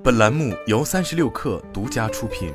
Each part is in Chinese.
本栏目由36氪独家出品。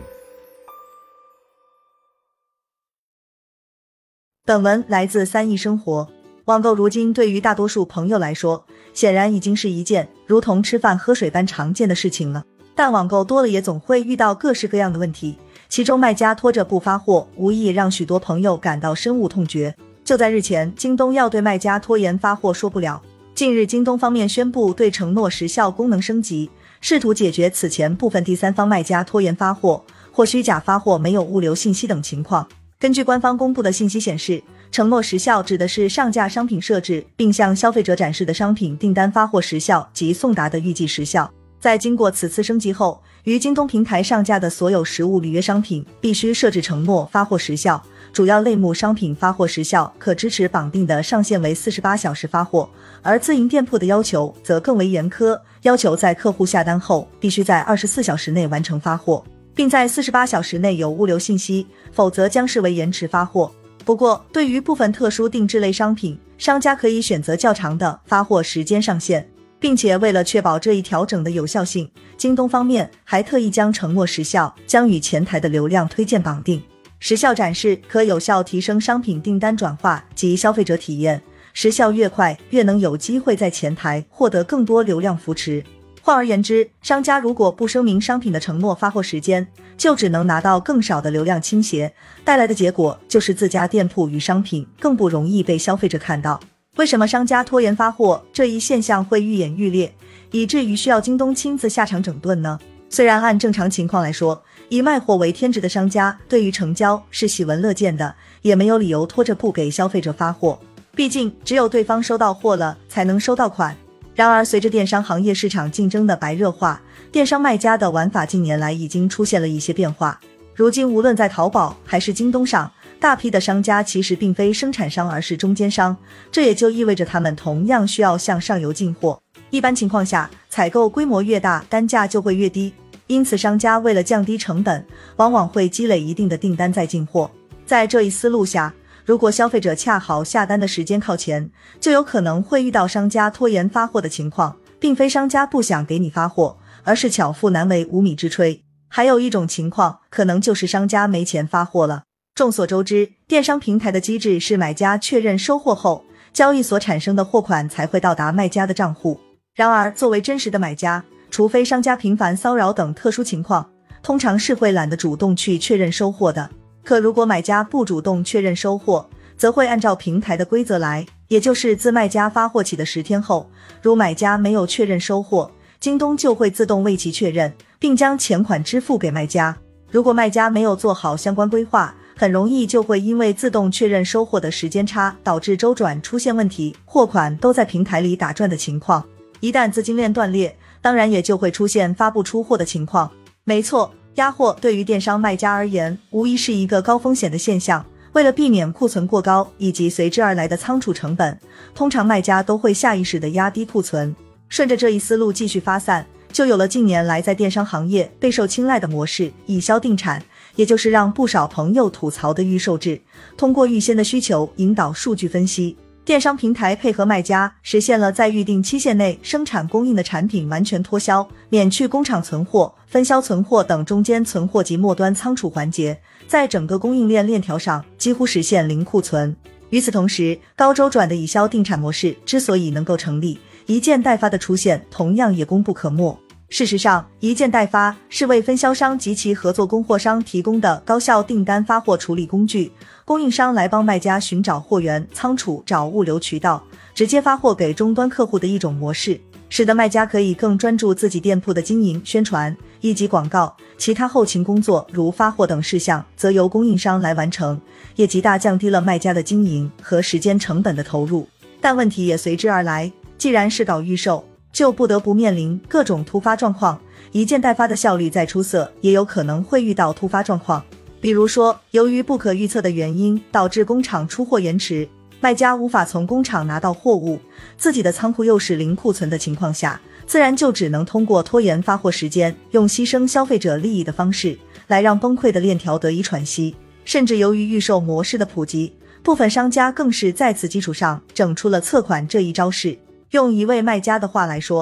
本文来自3亿生活。网购如今对于大多数朋友来说，显然已经是一件如同吃饭喝水般常见的事情了。但网购多了也总会遇到各式各样的问题，其中卖家拖着不发货，无疑让许多朋友感到深恶痛绝。就在日前，京东要对卖家拖延发货说不了。近日，京东方面宣布对承诺时效功能升级，试图解决此前部分第三方卖家拖延发货或虚假发货没有物流信息等情况。根据官方公布的信息显示，承诺时效指的是上架商品设置并向消费者展示的商品订单发货时效及送达的预计时效。在经过此次升级后，于京东平台上架的所有实物履约商品必须设置承诺发货时效，主要类目商品发货时效可支持绑定的上限为48小时发货，而自营店铺的要求则更为严苛，要求在客户下单后必须在24小时内完成发货，并在48小时内有物流信息，否则将视为延迟发货。不过，对于部分特殊定制类商品，商家可以选择较长的发货时间上限，并且为了确保这一调整的有效性，京东方面还特意将承诺时效将与前台的流量推荐绑定。时效展示可有效提升商品订单转化及消费者体验，时效越快，越能有机会在前台获得更多流量扶持。换而言之，商家如果不声明商品的承诺发货时间，就只能拿到更少的流量倾斜，带来的结果就是自家店铺与商品更不容易被消费者看到。为什么商家拖延发货这一现象会愈演愈烈，以至于需要京东亲自下场整顿呢？虽然按正常情况来说，以卖货为天职的商家对于成交是喜闻乐见的，也没有理由拖着不给消费者发货，毕竟只有对方收到货了才能收到款。然而随着电商行业市场竞争的白热化，电商卖家的玩法近年来已经出现了一些变化。如今无论在淘宝还是京东上，大批的商家其实并非生产商而是中间商，这也就意味着他们同样需要向上游进货。一般情况下，采购规模越大，单价就会越低，因此商家为了降低成本，往往会积累一定的订单再进货。在这一思路下，如果消费者恰好下单的时间靠前，就有可能会遇到商家拖延发货的情况，并非商家不想给你发货，而是巧妇难为无米之炊。还有一种情况，可能就是商家没钱发货了。众所周知，电商平台的机制是买家确认收货后，交易所产生的货款才会到达卖家的账户。然而，作为真实的买家，除非商家频繁骚扰等特殊情况，通常是会懒得主动去确认收货的。可如果买家不主动确认收货，则会按照平台的规则来，也就是自卖家发货起的10天后，如买家没有确认收货，京东就会自动为其确认，并将钱款支付给卖家。如果卖家没有做好相关规划，很容易就会因为自动确认收货的时间差，导致周转出现问题，货款都在平台里打转的情况。一旦资金链断裂，当然也就会出现发不出货的情况。没错，压货对于电商卖家而言，无疑是一个高风险的现象。为了避免库存过高以及随之而来的仓储成本，通常卖家都会下意识地压低库存。顺着这一思路继续发散，就有了近年来在电商行业备受青睐的模式——以销定产，也就是让不少朋友吐槽的预售制。通过预先的需求引导数据分析，电商平台配合卖家，实现了在预定期限内生产供应的产品完全脱销，免去工厂存货、分销存货等中间存货及末端仓储环节，在整个供应链链条上几乎实现零库存。与此同时，高周转的以销定产模式之所以能够成立，一件代发的出现同样也功不可没。事实上，一件代发是为分销商及其合作供货商提供的高效订单发货处理工具，供应商来帮卖家寻找货源、仓储、找物流渠道，直接发货给终端客户的一种模式，使得卖家可以更专注自己店铺的经营、宣传以及广告，其他后勤工作如发货等事项则由供应商来完成，也极大降低了卖家的经营和时间成本的投入。但问题也随之而来，既然是搞预售，就不得不面临各种突发状况，一件代发的效率再出色，也有可能会遇到突发状况。比如说，由于不可预测的原因导致工厂出货延迟，卖家无法从工厂拿到货物，自己的仓库又是零库存的情况下，自然就只能通过拖延发货时间，用牺牲消费者利益的方式来让崩溃的链条得以喘息。甚至由于预售模式的普及，部分商家更是在此基础上整出了测款这一招式。用一位卖家的话来说，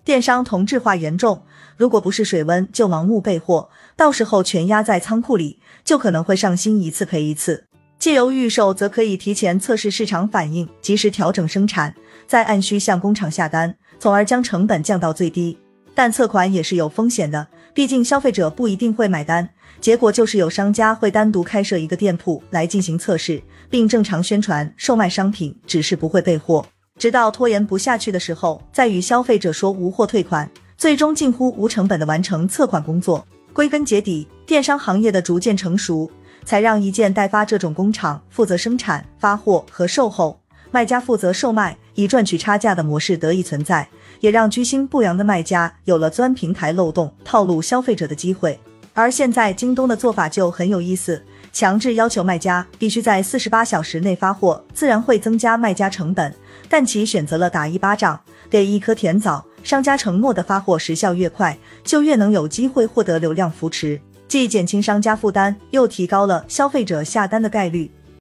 电商同质化严重，如果不是水温就盲目备货，到时候全压在仓库里，就可能会上新一次赔一次。借由预售则可以提前测试市场反应，及时调整生产，再按需向工厂下单，从而将成本降到最低。但测款也是有风险的，毕竟消费者不一定会买单，结果就是有商家会单独开设一个店铺来进行测试，并正常宣传售卖商品，只是不会备货，直到拖延不下去的时候，再与消费者说无货退款，最终近乎无成本的完成测款工作。归根结底，电商行业的逐渐成熟，才让一件代发这种工厂负责生产、发货和售后，卖家负责售卖，以赚取差价的模式得以存在，也让居心不良的卖家有了钻平台漏洞、套路消费者的机会。而现在京东的做法就很有意思，强制要求卖家必须在48小时内发货，自然会增加卖家成本，但其选择了打一巴掌，给一颗甜枣，商家承诺的发货时效越快，就越能有机会获得流量扶持，既减轻商家负担，又提高了消费者下单的概率。